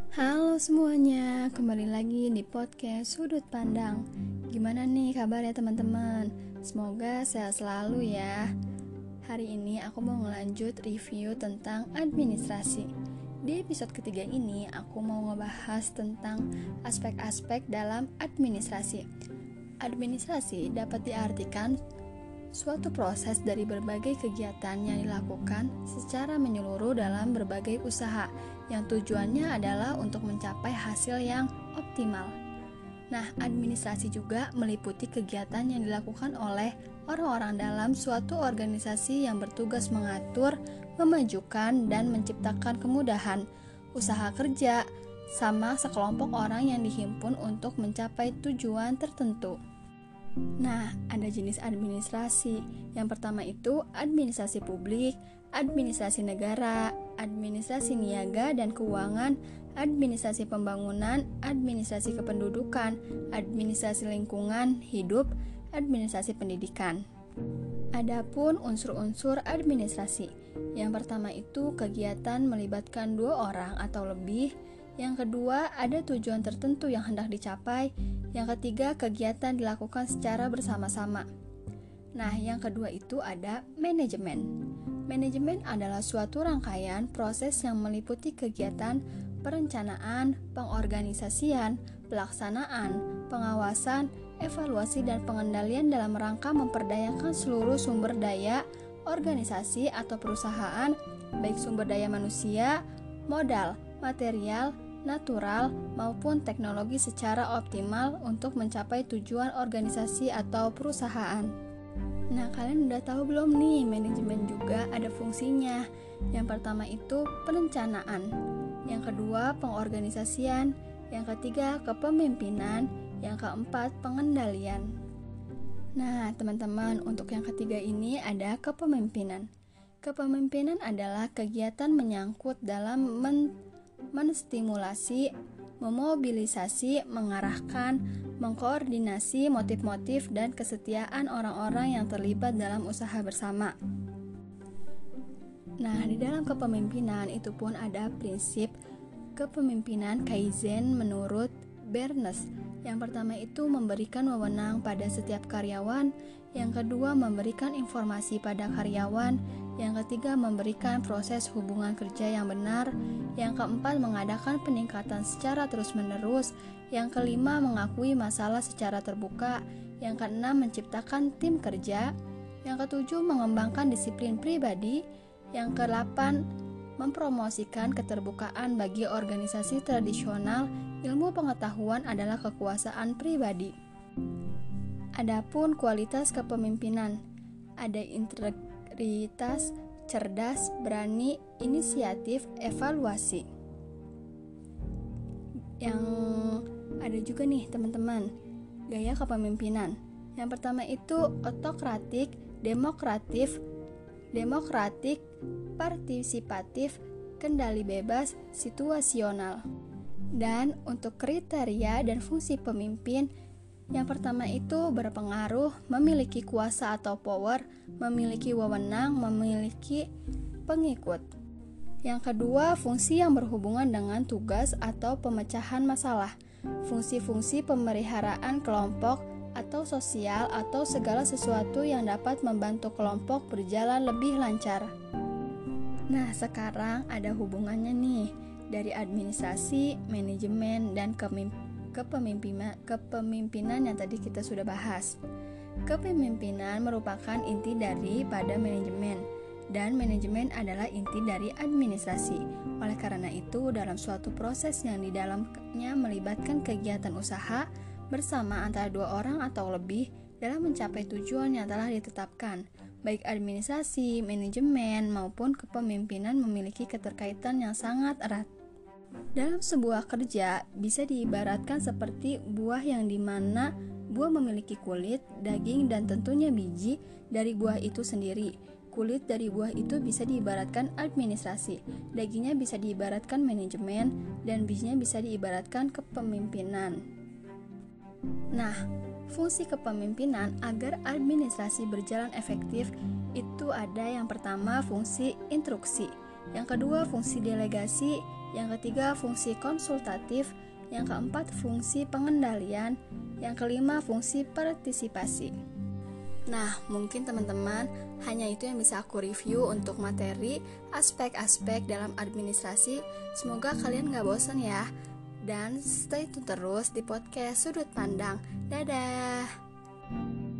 Halo semuanya, kembali lagi di podcast Sudut Pandang. Gimana nih kabarnya teman-teman? Semoga sehat selalu ya. Hari ini aku mau ngelanjut review tentang administrasi. Di episode ketiga ini aku mau ngebahas tentang aspek-aspek dalam administrasi. Administrasi dapat diartikan suatu proses dari berbagai kegiatan yang dilakukan secara menyeluruh dalam berbagai usaha yang tujuannya adalah untuk mencapai hasil yang optimal. Nah, administrasi juga meliputi kegiatan yang dilakukan oleh orang-orang dalam suatu organisasi yang bertugas mengatur, memajukan, dan menciptakan kemudahan usaha kerja sama sekelompok orang yang dihimpun untuk mencapai tujuan tertentu. Nah, ada jenis administrasi. Yang pertama itu administrasi publik, administrasi negara, administrasi niaga dan keuangan, administrasi pembangunan, administrasi kependudukan, administrasi lingkungan hidup, administrasi pendidikan. Adapun unsur-unsur administrasi. Yang pertama itu kegiatan melibatkan 2 orang atau lebih. Yang kedua, ada tujuan tertentu yang hendak dicapai. Yang ketiga, kegiatan dilakukan secara bersama-sama. Nah, yang kedua itu ada manajemen. Manajemen adalah suatu rangkaian proses yang meliputi kegiatan perencanaan, pengorganisasian, pelaksanaan, pengawasan, evaluasi, dan pengendalian dalam rangka memperdayakan seluruh sumber daya organisasi atau perusahaan, baik sumber daya manusia, modal, material, natural maupun teknologi secara optimal untuk mencapai tujuan organisasi atau perusahaan. Nah, kalian udah tahu belum nih, manajemen juga ada fungsinya. Yang pertama itu perencanaan, yang kedua pengorganisasian, yang ketiga kepemimpinan, yang keempat pengendalian. Nah, teman-teman, untuk yang ketiga ini ada kepemimpinan. Kepemimpinan adalah kegiatan menyangkut dalam menstimulasi, memobilisasi, mengarahkan, mengkoordinasi motif-motif dan kesetiaan orang-orang yang terlibat dalam usaha bersama. Nah, di dalam kepemimpinan itu pun ada prinsip kepemimpinan Kaizen menurut Bernes. Yang pertama itu memberikan wewenang pada setiap karyawan, yang kedua memberikan informasi pada karyawan, yang ketiga memberikan proses hubungan kerja yang benar, yang keempat mengadakan peningkatan secara terus-menerus, yang kelima mengakui masalah secara terbuka, yang keenam menciptakan tim kerja, yang ketujuh mengembangkan disiplin pribadi, yang kedelapan mempromosikan keterbukaan bagi organisasi tradisional. Ilmu pengetahuan adalah kekuasaan pribadi. Adapun kualitas kepemimpinan, ada integritas, cerdas, berani, inisiatif, evaluasi. Yang ada juga nih teman-teman, gaya kepemimpinan. Yang pertama itu otokratik, demokratik, partisipatif, kendali bebas, situasional. Dan untuk kriteria dan fungsi pemimpin, yang pertama itu berpengaruh, memiliki kuasa atau power, memiliki wewenang, memiliki pengikut. Yang kedua, fungsi yang berhubungan dengan tugas atau pemecahan masalah, fungsi-fungsi pemeliharaan kelompok atau sosial atau segala sesuatu yang dapat membantu kelompok berjalan lebih lancar. Nah, sekarang ada hubungannya nih dari administrasi, manajemen, dan kepemimpinan yang tadi kita sudah bahas. Kepemimpinan merupakan inti daripada manajemen, dan manajemen adalah inti dari administrasi. Oleh karena itu, dalam suatu proses yang di dalamnya melibatkan kegiatan usaha bersama antara 2 orang atau lebih dalam mencapai tujuan yang telah ditetapkan, baik administrasi, manajemen, maupun kepemimpinan memiliki keterkaitan yang sangat erat. Dalam sebuah kerja bisa diibaratkan seperti buah yang dimana buah memiliki kulit, daging, dan tentunya biji dari buah itu sendiri. Kulit dari buah itu bisa diibaratkan administrasi, dagingnya bisa diibaratkan manajemen, dan bijinya bisa diibaratkan kepemimpinan. Nah, fungsi kepemimpinan agar administrasi berjalan efektif itu ada yang pertama fungsi instruksi. Yang kedua, fungsi delegasi. Yang ketiga, fungsi konsultatif. Yang keempat, fungsi pengendalian. Yang kelima, fungsi partisipasi. Nah, mungkin teman-teman hanya itu yang bisa aku review untuk materi aspek-aspek dalam administrasi. Semoga kalian gak bosan ya. Dan stay tune terus di podcast Sudut Pandang. Dadah.